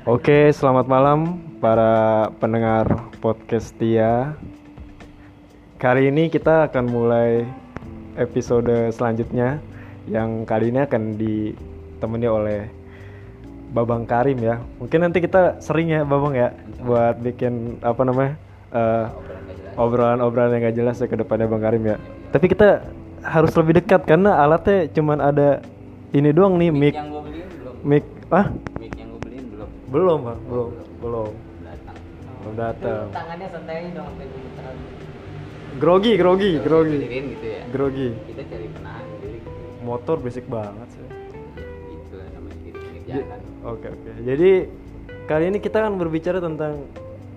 Oke, selamat malam para pendengar podcast setia. Kali ini kita akan mulai episode selanjutnya yang kali ini akan ditemani oleh Babang Karim ya. Mungkin nanti kita sering ya Babang ya buat bikin obrolan-obrolan yang gak jelas ya ke depannya Bang Karim ya. Tapi kita harus lebih dekat karena alatnya cuman ada ini doang nih, mic. Yang gue beliin belum? Mic, Mic yang gue beliin belum? Belum Bang, belum Datang. datang. Tangannya santai aja dong sampai gemeteran. Grogi. Beliin gitu ya. Grogi. Kita cari penahan diri. Motor berisik banget sih. Gitu lah namanya diri Ja- jalan. Oke. Jadi kali ini kita akan berbicara tentang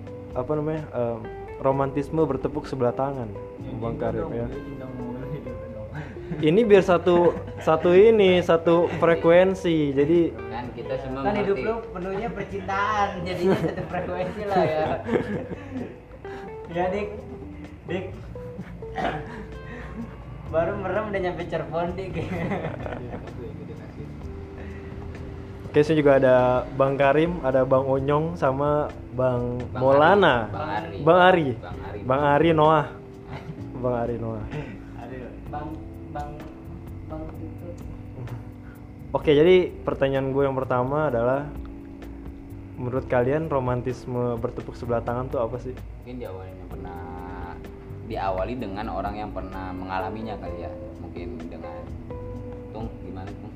romantisme bertepuk sebelah tangan, Bang Karim ya. Ini biar satu frekuensi. Jadi Kan kita semua Kan hidup mengerti. lu penuhnya percintaan, jadinya satu frekuensi lah ya. Ya dik. Baru merem udah nyampe Cirebon dik. oke, sini juga ada Bang Karim, ada Bang Onyong sama Bang Maulana. Bang Ari. Bang Ari Noah. Bang itu. Oke, jadi pertanyaan gue yang pertama adalah, menurut kalian romantisme bertepuk sebelah tangan tuh apa sih? Mungkin diawali dengan orang yang pernah mengalaminya kali ya. Mungkin dengan Tung gimana Tung?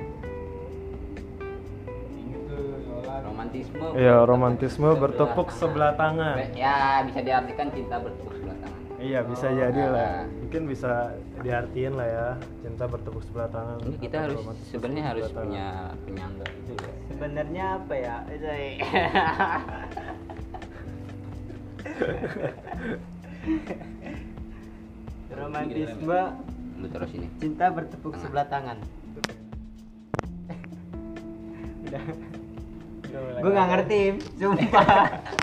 Romantisme bertepuk sebelah tangan. Ya bisa diartikan cinta bertepuk sebelah tangan. Iya, bisa jadi lah. Mungkin bisa diartiin lah ya, cinta bertepuk sebelah tangan. Ini kita atau harus romantisme sebenarnya bertepuk harus sebelah punya penyangga gitu ya. Sebenarnya apa ya? Romantisme Lu terus ini. cinta bertepuk sebelah tangan. Udah. Gue nggak ngerti, sumpah.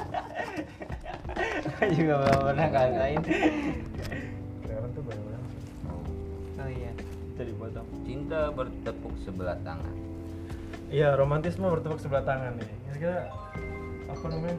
Gue juga belum pernah ngerasain. Sekarang tuh banyak. Oh iya, jadi potong. Cinta bertepuk sebelah tangan. Iya, romantisme bertepuk sebelah tangan nih. Kira-kira apa namanya?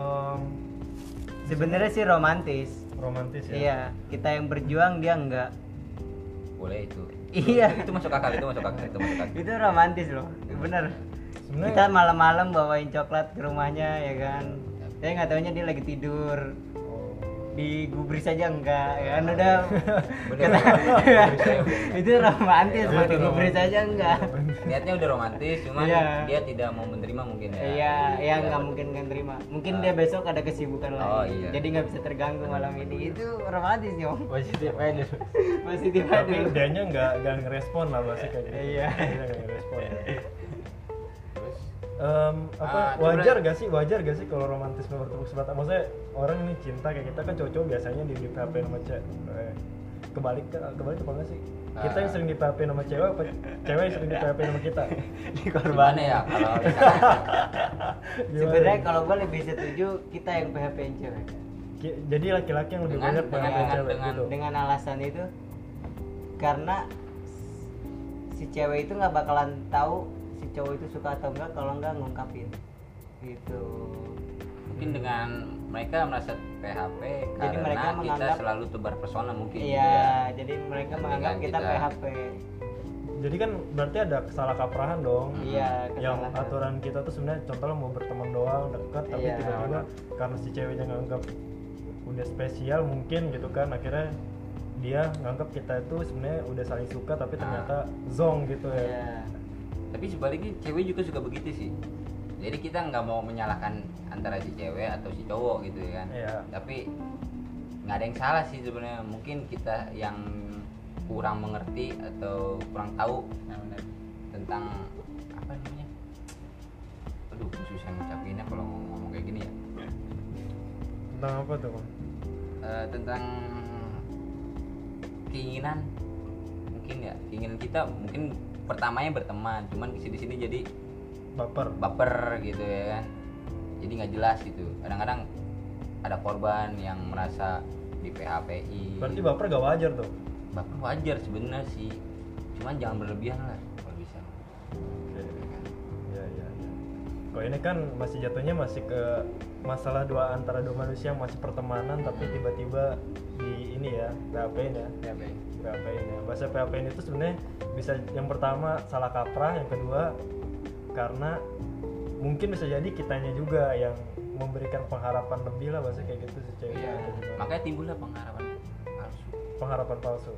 Sebenarnya sih romantis. Romantis ya. Iya, kita yang berjuang dia enggak. Boleh itu. Iya. Itu masuk akal. Itu romantis loh, bener. Sebenarnya Kita malam-malam bawain coklat ke rumahnya ya kan. Saya nggak taunya dia lagi tidur. Digubris aja enggak ya kan udah. Bener. Itu romantis, mau digubris aja enggak. Niatnya udah romantis, cuman Iya. dia tidak mau menerima mungkin ya. Iya, ya Tidak nggak ber- mungkin nggak terima. Mungkin dia besok ada kesibukan Oh, lain, iya. jadi nggak bisa terganggu malam ini. Itu romantis nyong. positif aja. Positif Tapi aja. dianya nggak ngerespon lah bahasa kayak gitu. Iya. Dia nggak ngerespon. Ya. Terus Wajar gak sih kalau romantisme bertepuk sebelah tangan? Maksudnya orang nih cinta kayak kita kan cowok biasanya di PHP sama cewek. Kebalik apa enggak sih? Kita yang sering di PHP sama cewek apa cewek yang sering di PHP sama kita? gimana ya kalau Sebenarnya kalau gue lebih setuju kita yang PHP-in cewek. Jadi laki-laki yang lebih Dengan- banyak PHP dengan- cewek dengan- gitu. Dengan alasan itu karena si cewek itu nggak bakalan tahu si cowok itu suka atau enggak kalau enggak ngungkapin gitu. mungkin dengan mereka merasa PHP Jadi karena mereka kita menganggap- selalu tebar pesona mungkin gitu Iya, ya. jadi mereka Tapi menganggap kan kita kita- PHP. Jadi kan berarti ada kesalahkaprahan dong. Iya, Yang kesalahan. aturan kita tuh sebenarnya contohnya mau berteman doang dekat, tapi Iya. tiba-tiba karena si ceweknya nganggap udah spesial mungkin gitu kan, akhirnya dia nganggap kita itu sebenarnya udah saling suka tapi ternyata zong gitu ya. Iya. Tapi sebaliknya cewek juga suka begitu sih. Jadi kita nggak mau menyalahkan antara si cewek atau si cowok gitu ya kan. Iya. Tapi nggak ada yang salah sih sebenarnya. Mungkin kita yang kurang mengerti atau kurang tahu tentang apa namanya. Aduh, susah ngucapinnya kalau ngomong kayak gini ya. Tentang apa tuh, Bang? Tentang keinginan mungkin ya, keinginan kita mungkin pertamanya berteman, cuman di sini jadi baper gitu ya kan, jadi nggak jelas gitu. Kadang-kadang ada korban yang merasa di PHP-i. Berarti baper gak wajar tuh? Baper wajar sebenarnya sih, cuman jangan berlebihan lah kalau bisa. Oke. Ya. Kalau ini kan masih jatuhnya masih ke masalah antara dua manusia yang masih pertemanan tapi tiba-tiba di ini ya PHP-in ya. PHP-in ya. Bahasa PHP-in itu sebenarnya bisa yang pertama salah kaprah, yang kedua karena mungkin bisa jadi kitanya juga yang memberikan pengharapan lebih lah, bahasa kayak gitu sih cewek. Iya. Makanya timbullah pengharapan palsu. Pengharapan palsu.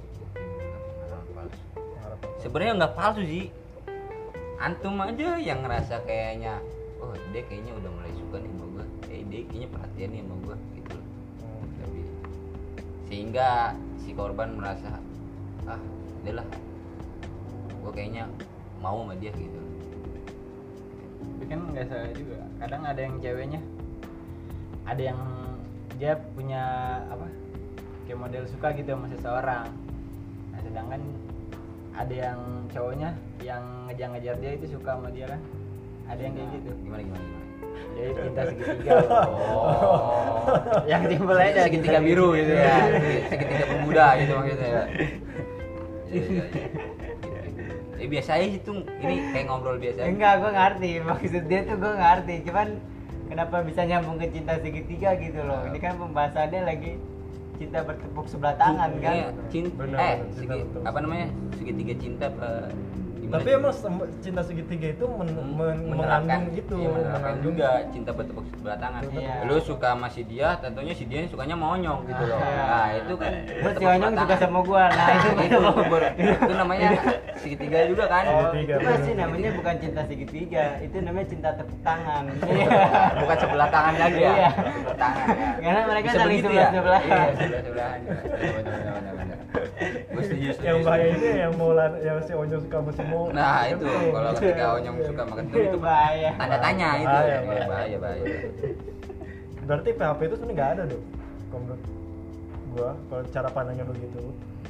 Sebenarnya nggak palsu sih, antum aja yang ngerasa kayaknya, oh dia kayaknya udah mulai suka nih sama gue, dia kayaknya perhatian nih sama gue gitu loh. Lebih. Sehingga si korban merasa, udahlah, gue kayaknya mau sama dia gitu. Tapi kan nggak salah juga, kadang ada yang ceweknya, ada yang dia punya apa, kayak model suka gitu sama seseorang. Nah sedangkan ada yang cowoknya yang ngejar-ngejar dia itu suka sama dia kan, ada yang kayak gitu. Gimana? Jadi cinta segitiga loh. Yang timbul aja segitiga biru gitu ya, segitiga pemuda gitu maksudnya. Iya. Biasa aja itu, ini kayak ngobrol biasa. Enggak, gue ngerti maksud dia tuh, gue ngerti. Cuman kenapa bisa nyambung ke cinta segitiga gitu loh? Ini kan pembahasannya lagi cinta bertepuk sebelah tangan kan? Apa namanya? Segitiga cinta apa? Tapi emang cinta segitiga itu mengandung itu, menerapkan juga cinta bertepuk sebelah tangan. Iya. Lu suka sama si dia, tentunya si dia sukanya monyong gitu loh. Nah, itu kan Terus si Onyong suka sama gua. Nah, itu namanya segitiga juga kan. Itu sih namanya bukan cinta segitiga, itu namanya cinta tepuk tangan. Bukan sebelah tangan lagi ya. Iya. Sebelah tangan ya. Karena mereka Bisa saling begitu sebelah-sebelahan. Iya, sebelah-sebelahan. Benar. Gue setuju. Yang bahaya ini yang yang si Onyong suka sama si Mo. Nah itu kalau ketika Onyong suka sama Ketum itu bahaya. tanda tanya itu. Bahaya. Berarti PHP itu sebenarnya nggak ada dong, kalau menurut gua, kalau cara pandangnya begitu.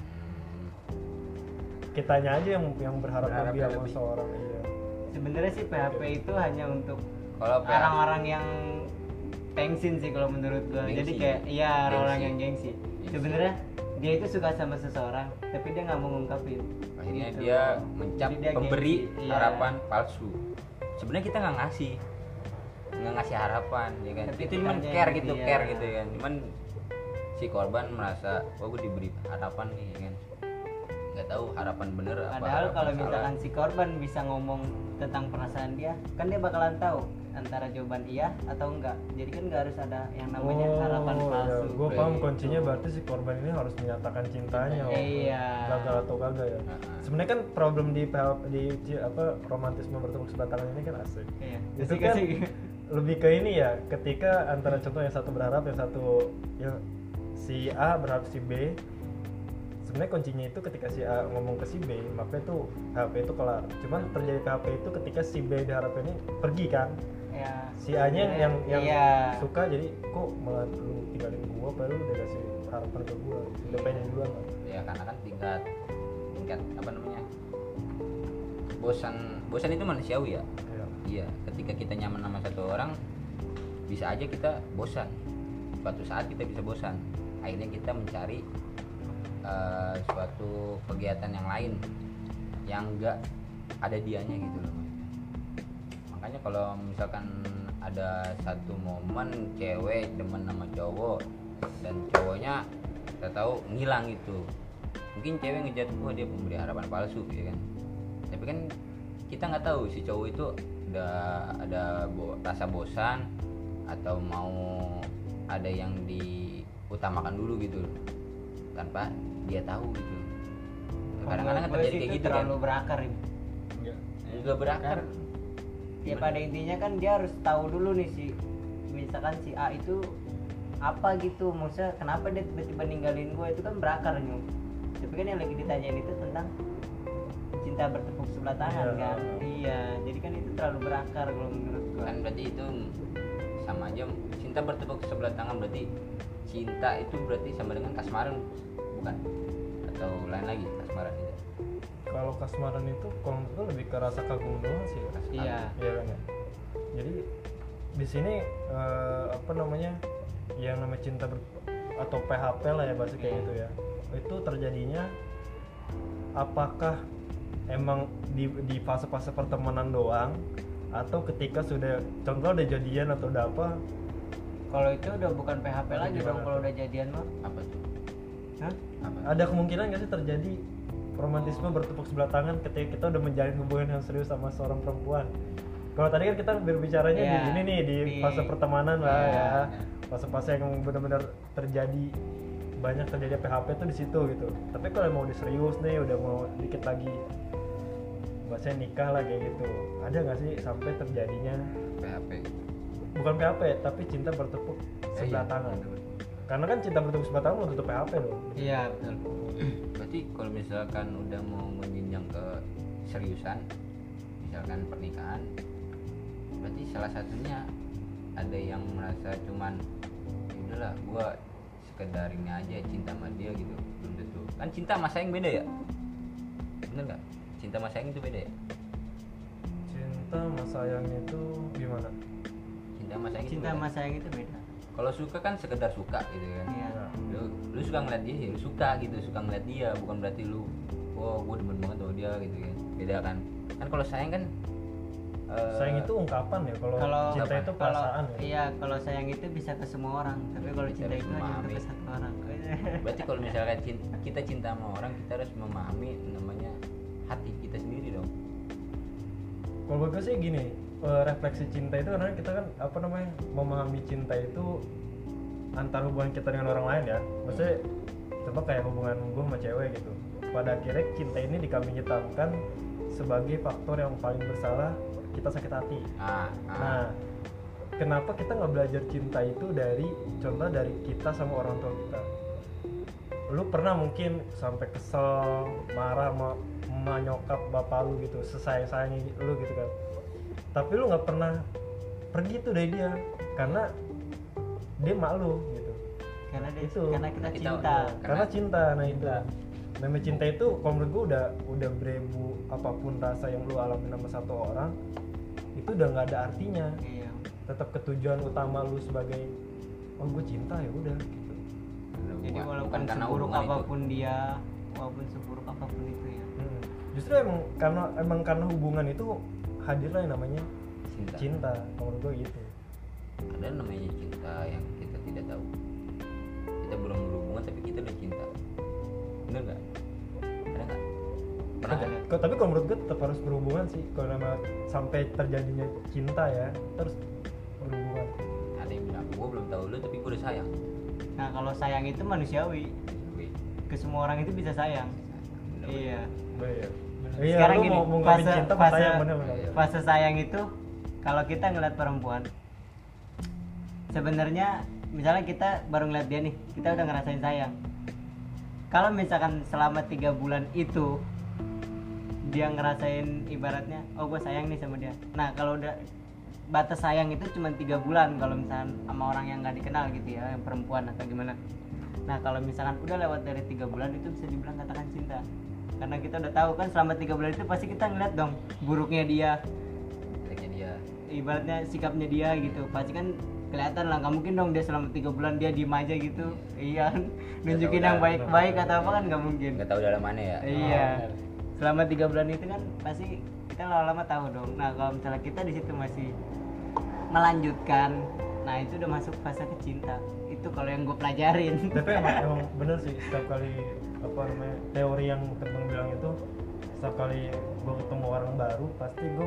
Kitanya aja yang berharap lebih sama seorang. Iya. Sebenarnya sih PHP itu hanya untuk Kalau orang-orang yang tengsin sih kalau menurut gua. Gengsi. Jadi kayak iya, orang Gengsi. yang gengsi. Sebenarnya dia itu suka sama seseorang tapi dia nggak mau ngungkapin. akhirnya Gitu. dia mencap Jadi dia pemberi gengsi, iya. harapan palsu. Sebenarnya kita nggak ngasih harapan ya kan. Tapi Itu cuma kitanya care yang gitu, dia. care gitu kan. Cuman si korban merasa, gue diberi harapan nih ya kan. Nggak tahu harapan bener apa. Padahal harapan kalau salah. misalkan si korban bisa ngomong tentang perasaan dia, kan dia bakalan tahu antara jawaban iya atau enggak. Jadi kan nggak harus ada yang namanya harapan palsu. Gue paham kuncinya berarti si korban ini harus menyatakan cintanya. Iya. Gagal atau kagak ya. Sebenarnya kan problem di romantisme bertepuk sebelah tangan ini kan asik. Iya. Itu kan lebih ke ini ya, ketika antara contoh yang satu berharap, yang satu ya si A berharap si B. Sebenarnya kuncinya itu ketika si A ngomong ke si B, maka itu PHP itu kelar. Cuman terjadi PHP itu ketika si B diharap ini pergi kan. Ya. Si A-nya yang Iya. suka, jadi kok malah lu tinggalin gua, padahal lu udah kasih harapan ke gua, udah pengen duluan lah. Ya karena kan tingkat apa namanya, bosan itu manusiawi ya. Iya, ketika kita nyaman sama satu orang, bisa aja kita bosan. Suatu saat kita bisa bosan. Akhirnya kita mencari suatu kegiatan yang lain yang enggak ada dianya gitu loh. Makanya kalau misalkan ada satu momen cewek demen sama cowok dan cowoknya kita tahu ngilang gitu, mungkin cewek ngejat dia pemberi harapan palsu ya kan. Tapi kan kita nggak tahu si cowok itu udah ada rasa bosan atau mau ada yang diutamakan dulu gitu tanpa dia tahu gitu. Kadang-kadang kan terjadi kayak gitu kan. Terlalu berakar ini. Juga berakar. Ya pada intinya kan dia harus tahu dulu nih misalkan si A itu apa gitu, maksudnya kenapa dia tiba-tiba ninggalin gue, itu kan berakar nyum. Tapi kan yang lagi ditanyain itu tentang cinta bertepuk sebelah tangan kan. Iya, jadi kan itu terlalu berakar kalau menurut gue. Kan berarti itu sama aja, cinta bertepuk sebelah tangan berarti cinta itu berarti sama dengan kasmaran bukan? Atau lain lagi kasmaran itu? Kalau kasmaran itu kalau menurut gue lebih ke rasa kagum doang sih. Iya. Iya kan ya. Jadi di sini apa namanya, yang namanya cinta atau PHP lah ya bahasa kayak gitu ya. Itu terjadinya apakah emang di fase-fase pertemanan doang atau ketika sudah contoh udah jadian atau udah apa. Kalau itu udah bukan PHP Atau lagi gimana dong kalau tuh? udah jadian mah. Apa tuh? Hah? Apa? Ada kemungkinan nggak sih terjadi romantisme bertepuk sebelah tangan ketika kita udah menjalin hubungan yang serius sama seorang perempuan? Kalau tadi kan kita berbicaranya di Iya, ini nih di di- fase pertemanan lah iya. ya, fase-fase yang benar-benar terjadi banyak terjadi PHP tuh di situ gitu. Tapi kalau mau diserius nih, udah mau dikit lagi bahasanya nikah lah kayak gitu, ada nggak sih sampai terjadinya PHP. bukan PHP tapi cinta bertepuk sebelah iya. tangan? Karena kan cinta bertepuk sebelah tangan belum tentu PHP dong. Iya betul. Berarti kalau misalkan udah mau menjenjang ke seriusan, misalkan pernikahan, berarti salah satunya ada yang merasa cuman "Ya udahlah gua sekedar ini aja cinta sama dia gitu", belum tentu. Kan cinta sama sayang beda ya? Bener nggak? Cinta sama sayang itu beda ya? Cinta sama sayangnya itu gimana? Cinta sama sayang itu Cinta beda. sama sayang itu beda. Kalau suka kan sekedar suka gitu kan. Iya. Lu suka ngeliat dia, ya lu suka gitu, suka ngeliat dia, bukan berarti lu gue demen banget sama dia gitu kan. Beda kan. Kan kalau sayang kan Sayang itu ungkapan ya, kalau cinta itu perasaan ya. Iya, kalau sayang itu bisa ke semua orang, tapi kalau Kita cinta harus itu hanya untuk memahami. ke satu orang. berarti kalau misalkan kita cinta sama orang, kita harus memahami namanya hati kita sendiri dong. Kalau bagi gue sih gini, refleksi cinta itu karena kita kan apa namanya memahami cinta itu antar hubungan kita dengan orang lain ya. Maksudnya coba kayak hubungan gue sama cewek gitu. Pada akhirnya cinta ini dikambing hitamkan sebagai faktor yang paling bersalah kita sakit hati. Nah, kenapa kita nggak belajar cinta itu dari contoh dari kita sama orang tua kita? Lu pernah mungkin sampai kesel, marah sama nyokap bapak lu gitu, sesayang-sayangnya lu gitu kan. Tapi lu nggak pernah pergi tuh dari dia karena dia mak lu gitu. Karena dia, Itu. karena kita Kita- cinta. Karena cinta, nah itu. Namanya cinta itu kalau menurut gue udah beribu apapun rasa yang lu alami sama satu orang itu udah nggak ada artinya. Iya. Tetap ketujuan utama lu sebagai oh gue cinta ya udah gitu. Jadi Bukan walaupun karena seburuk hubungan itu. apapun dia, walaupun seburuk apapun itu ya. Justru emang karena hubungan itu hadirlah yang namanya cinta. Kalau menurut gue gitu. Ada namanya cinta yang kita tidak tahu. Kita belum berhubungan tapi kita udah cinta. Bener nggak? Ada nggak? Pernah nggak? Tapi kalau menurut gue tetap harus berhubungan sih. Kalau nama sampai terjadinya cinta ya terus berhubungan. Ada yang bilang gue belum tahu lu tapi gue udah sayang. Nah kalau sayang itu manusiawi, Wih, ke semua orang itu bisa sayang. bener-bener. Iya. Iya. Sekarang Lu gini, mau ngomongin cinta apa sayang bener. Iya. fase sayang itu kalau kita ngeliat perempuan, sebenarnya misalnya kita baru ngeliat dia nih, kita udah ngerasain sayang. Kalau misalkan selama 3 bulan itu dia ngerasain ibaratnya, oh gue sayang nih sama dia. Nah kalau udah batas sayang itu cuma 3 bulan kalau misalkan sama orang yang nggak dikenal gitu ya, yang perempuan atau gimana. Nah kalau misalkan udah lewat dari 3 bulan itu bisa dibilang katakan cinta. Karena kita udah tahu kan selama 3 bulan itu pasti kita ngeliat dong buruknya dia, Jeleknya dia. ibaratnya sikapnya dia gitu. Pasti kan kelihatan lah, nggak mungkin dong dia selama 3 bulan dia diem aja gitu. Iya kan, nunjukin tahu yang dah. baik-baik atau apa kan nggak mungkin. Nggak tahu dalam mana ya. Iya. Selama 3 bulan itu kan pasti kita lama-lama tahu dong. Nah kalau misalnya kita di situ masih melanjutkan, nah itu udah masuk fase kecinta. Itu kalau yang gue pelajarin. Tapi emang bener sih setiap kali apa namanya teori yang temen bilang itu setiap kali gue ketemu orang baru pasti gue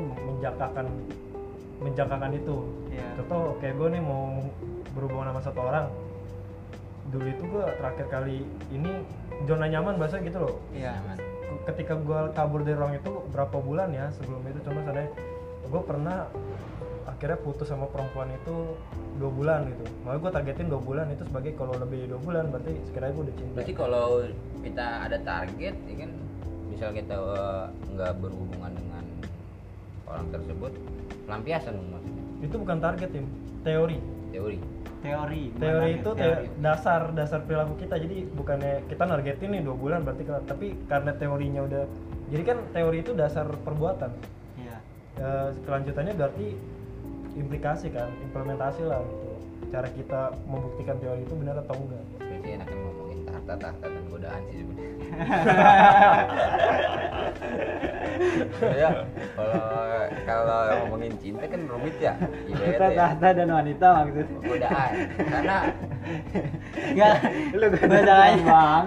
menjangkakan itu. Iya. Contoh kayak gue nih mau berhubungan sama satu orang, dulu itu gue terakhir kali ini zona nyaman bahasa gitu loh. Iya. Nyaman. Ketika gue kabur dari ruang itu berapa bulan ya sebelum itu, cuma seandainya gue pernah akhirnya putus sama perempuan itu 2 bulan gitu. Malah gue targetin 2 bulan itu sebagai kalau lebih dari 2 bulan berarti sekiranya gue udah cinta. Berarti kalau kita ada target, ya kan, misal kita nggak berhubungan dengan orang tersebut, pelampiasan dong maksudnya. Itu bukan target Tim, teori. Teori. Teori itu dasar perilaku kita. Jadi bukannya kita nargetin nih 2 bulan berarti tapi karena teorinya udah, jadi kan teori itu dasar perbuatan. Iya. Kelanjutannya berarti implikasi kan, implementasi lah gitu. Cara kita membuktikan teori itu benar atau enggak. Biasanya enakan ngomongin tahta dan godaan sih sebenarnya. Ya, kalau ngomongin cinta kan rumit ya. Kita Ibaratnya ya, tahta dan wanita maksudnya. godaan. Karena Enggak, Lu masalahnya banget.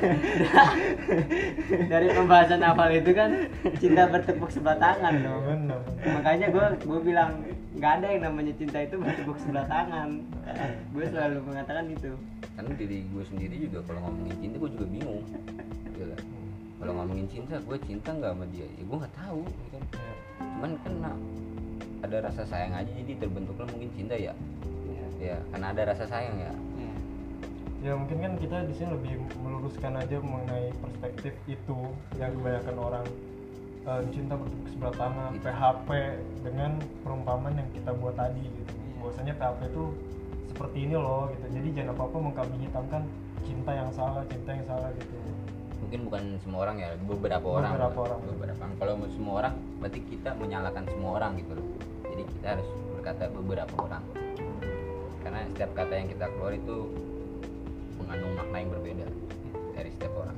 dari pembahasan awal itu kan cinta bertepuk sebelah tangan loh. Bener. Makanya gue bilang nggak ada yang namanya cinta itu bertepuk sebelah tangan. Gue selalu mengatakan itu. kan diri gue sendiri juga kalau ngomongin cinta gue juga bingung. Gila. Kalau ngomongin cinta, gue cinta nggak sama dia? Ya gue nggak tahu. Ya kan? Cuman kena ada rasa sayang aja jadi terbentuklah mungkin cinta ya. Ya, karena ada rasa sayang ya. Ya mungkin kan kita di sini lebih meluruskan aja mengenai perspektif itu yang kebanyakan orang cinta bertepuk sebelah tangan, Gitu. PHP dengan perumpamaan yang kita buat tadi gitu. Bahwasanya PHP itu seperti ini loh gitu. Jadi jangan apa-apa mengkambing hitamkan cinta yang salah gitu. Mungkin bukan semua orang ya, beberapa orang. Beberapa orang. Kalau semua orang berarti kita menyalahkan semua orang gitu loh. Jadi kita harus berkata beberapa orang. Karena setiap kata yang kita keluar itu mengandung makna yang berbeda dari setiap orang.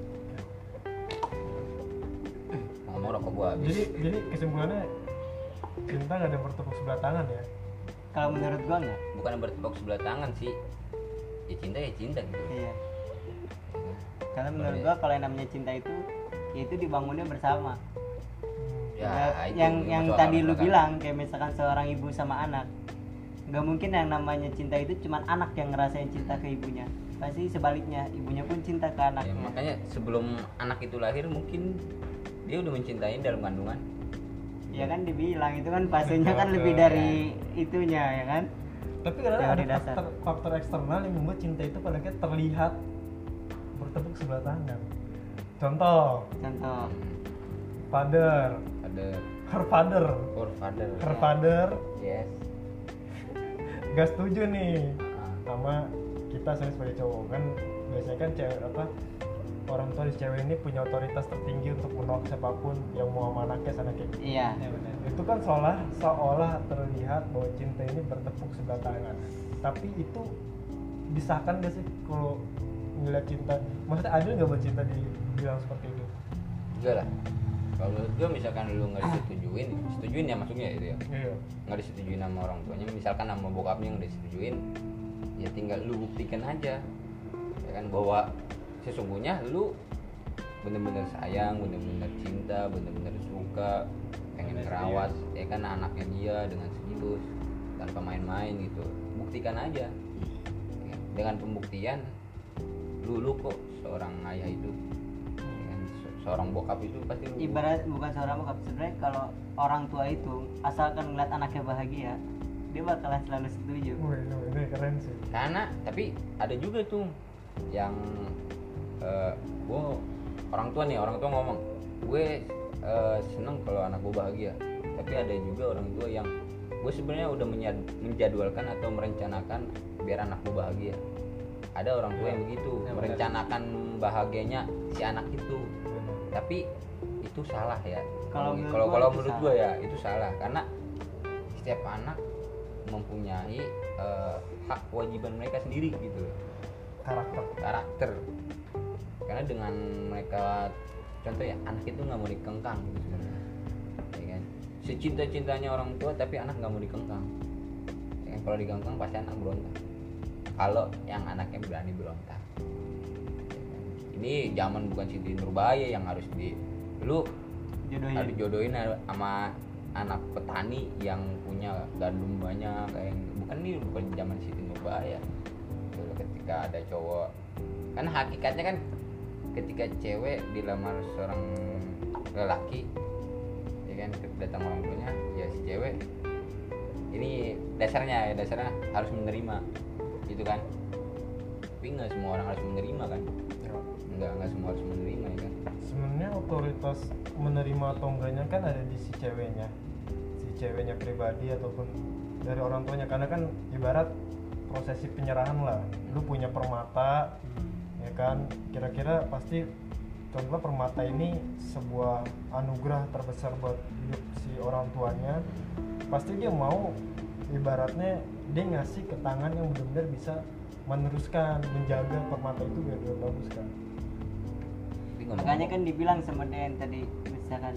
Ngomong rokok gua habis. Jadi kesimpulannya cinta gak ada bertepuk sebelah tangan ya. Kalau menurut gua enggak. Bukan bertepuk sebelah tangan sih. Ya cinta gitu. Iya. Karena menurut gua kalau yang namanya cinta itu ya itu dibangunnya bersama. Ya, itu yang masuk tadi akal, lu masuk akal. bilang kayak misalkan seorang ibu sama anak, nggak mungkin yang namanya cinta itu cuman anak yang ngerasain cinta ke ibunya, pasti sebaliknya ibunya pun cinta ke Ya, anaknya. makanya sebelum anak itu lahir mungkin dia udah mencintai dalam kandungan. Ya kan dibilang itu kan fasenya kan lebih dari itunya ya kan. Tapi kadang Teori ada dasar. faktor eksternal yang membuat cinta itu pada akhirnya terlihat bertepuk sebelah tangan. Contoh, Contoh father, Ada her father, father. her father Yes. gak setuju nih Ah. sama kita sebagai cowok kan. Biasanya kan cewek orang tua di cewek ini punya otoritas tertinggi untuk menolak siapapun yang mau sama anaknya sana kayak gitu. iya. Itu kan seolah terlihat bahwa cinta ini bertepuk sebelah tangan. Tapi itu disahkan gak sih kalau ngeliat cinta? Maksudnya adil nggak buat cinta dibilang seperti itu? Enggak lah. Kalau menurut gue misalkan lu nggak disetujuin ya maksudnya itu ya. Iya. Nggak disetujuin sama orang tuanya, misalkan sama bokapnya nggak disetujuin, ya tinggal lu buktikan aja, ya kan bahwa sesungguhnya lu bener-bener sayang, bener-bener cinta, bener-bener suka, pengen ngerawat, ya kan anaknya dia dengan serius, tanpa main-main gitu. Buktikan aja. Ya kan? Dengan pembuktian, lu kok seorang ayah itu, ya kan? Seorang bokap itu pasti lu. Ibarat bukan seorang bokap, sebenarnya kalau orang tua itu asalkan ngeliat anaknya bahagia, dia bakalan selalu setuju. Wih, ini keren sih. Karena tapi ada juga tuh yang gua orang tua ngomong gue seneng kalau anak gue bahagia, tapi ada juga orang tua yang gue sebenarnya udah menjadwalkan atau merencanakan biar anak gue bahagia. Ada orang tua yang begitu merencanakan bahagianya si anak itu, tapi itu salah ya. Kalau menurut Kalau gua itu menurut salah. gue ya itu salah, karena setiap anak mempunyai hak kewajiban mereka sendiri gitu, karakter. Karena dengan mereka, contoh ya, anak itu nggak mau dikengkang gitu sebenarnya, ya kan? Secinta-cintanya orang tua tapi anak nggak mau dikengkang, ya kan? Kalau dikengkang pasti anak berontak. Kalau yang anaknya berani berontak, ya kan? Ini zaman bukan Siti Nurbaya yang harus lu Jodohin. harus jodohin sama anak petani yang punya gandum banyak, kayak bukan zaman Siti Nurbaya. Ketika ada cowok, kan hakikatnya kan ketika cewek dilamar seorang lelaki, ya kan, datang orang tuanya, ya si cewek ini dasarnya harus menerima gitu kan. Tapi nggak semua orang harus menerima kan. Nggak semua harus menerima, ya kan. Sebenarnya otoritas menerima atau enggaknya kan ada di si ceweknya pribadi ataupun dari orang tuanya. Karena kan ibarat prosesi penyerahan lah, lu punya permata, ya kan, kira-kira pasti contoh permata ini sebuah anugerah terbesar buat hidup si orang tuanya. Pasti dia mau, ibaratnya dia ngasih ke tangan yang benar-benar bisa meneruskan, menjaga permata itu biar bagus kan. Tapi ngomong-ngomong, Makanya kan dibilang sama dia yang tadi, misalkan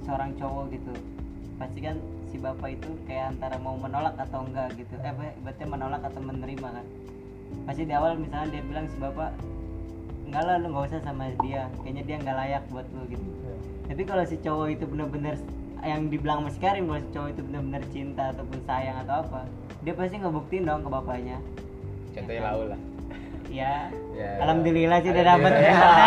seorang cowok gitu, pasti kan si bapak itu kayak antara mau menolak atau enggak gitu, berarti menolak atau menerima kan. Pasti di awal misalnya dia bilang si bapak, enggak lah lu nggak usah sama dia, kayaknya dia nggak layak buat lu gitu. Tapi kalau si cowok itu benar-benar yang dibilang Mas Karim, kalau si cowok itu benar-benar cinta ataupun sayang atau apa, dia pasti ngebuktiin dong ke bapaknya. Contohnya Laul lah. Ya, Ya, alhamdulillah sih udah Alhamdulillah. dapet.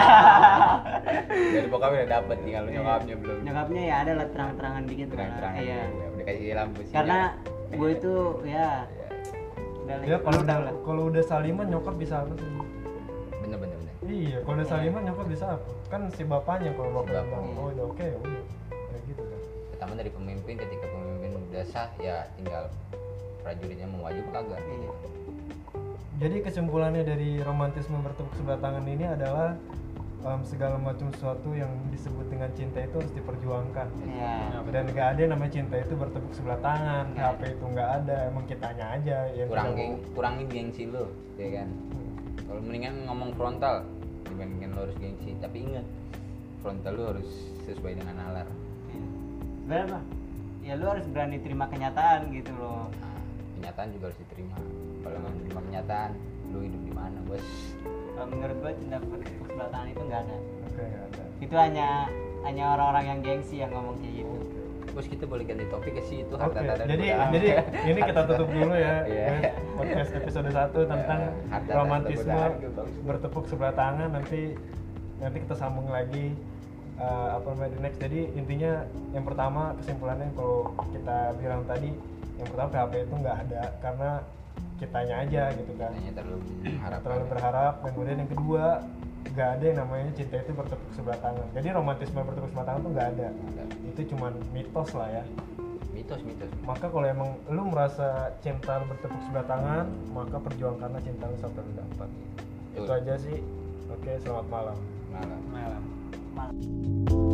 Dari bokapnya udah dapet, tinggal nyokapnya belum. Nyokapnya ya ada lah terang-terangan dikit lah. Terang-terangan Iya. dulu, ya. Udah kasih lampu sih. Karena gue itu ya udah Ya kalau udah lah. kalau udah saliman nyokap bisa apa sih? bener. Iya, kalau udah saliman nyokap bisa apa? Kan si bapaknya kalau bapaknya Bapak. bilang, oh udah oke ya udah. Kayak gitu kan. Pertama dari pemimpin, ketika pemimpin udah sah ya tinggal prajuritnya mau maju apa kagak. Iya. Jadi kesimpulannya dari romantisme bertepuk sebelah tangan ini adalah segala macam sesuatu yang disebut dengan cinta itu harus diperjuangkan. Iya. Dan nggak ada yang namanya cinta itu bertepuk sebelah tangan. Nggak HP itu nggak ada, emang kitanya aja yang Kurangin gengsi lo, ya kan. Kalau mendingan ngomong frontal dibandingkan lo harus gengsi, tapi ingat frontal lo harus sesuai dengan nalar. Iya. Sebenarnya apa? Ya lu harus berani terima kenyataan gitu loh. Nah, kenyataan juga harus diterima. Kalau nggak terima kenyataan, lo hidup di mana, bos? Kalau menurut gue cinta bertepuk sebelah tangan itu nggak ada. Oke, nggak ada. Itu hanya orang-orang yang gengsi yang ngomong kayak gitu. Bos, kita boleh ganti topik ke sih itu Oke, harta tata jadi budaya. jadi ini kita tutup dulu ya Iya. guys, podcast episode 1 tentang Harta romantisme tata budaya. bertepuk sebelah tangan. Nanti kita sambung lagi apa namanya di next. Jadi intinya yang pertama kesimpulannya kalau kita bilang tadi, yang pertama PHP itu nggak ada karena kitanya aja gitu kan, Kitanya terlalu berharap. Dan kemudian yang kedua, nggak ada yang namanya cinta itu bertepuk sebelah tangan. Jadi romantisme bertepuk sebelah tangan tuh nggak ada. Itu cuman mitos lah ya. mitos. Maka kalau emang lu merasa cinta lu bertepuk sebelah tangan, maka perjuangkanlah cinta lu sampai lu dapat. Betul. Itu aja sih. Oke, selamat malam. Malam. malam Malah.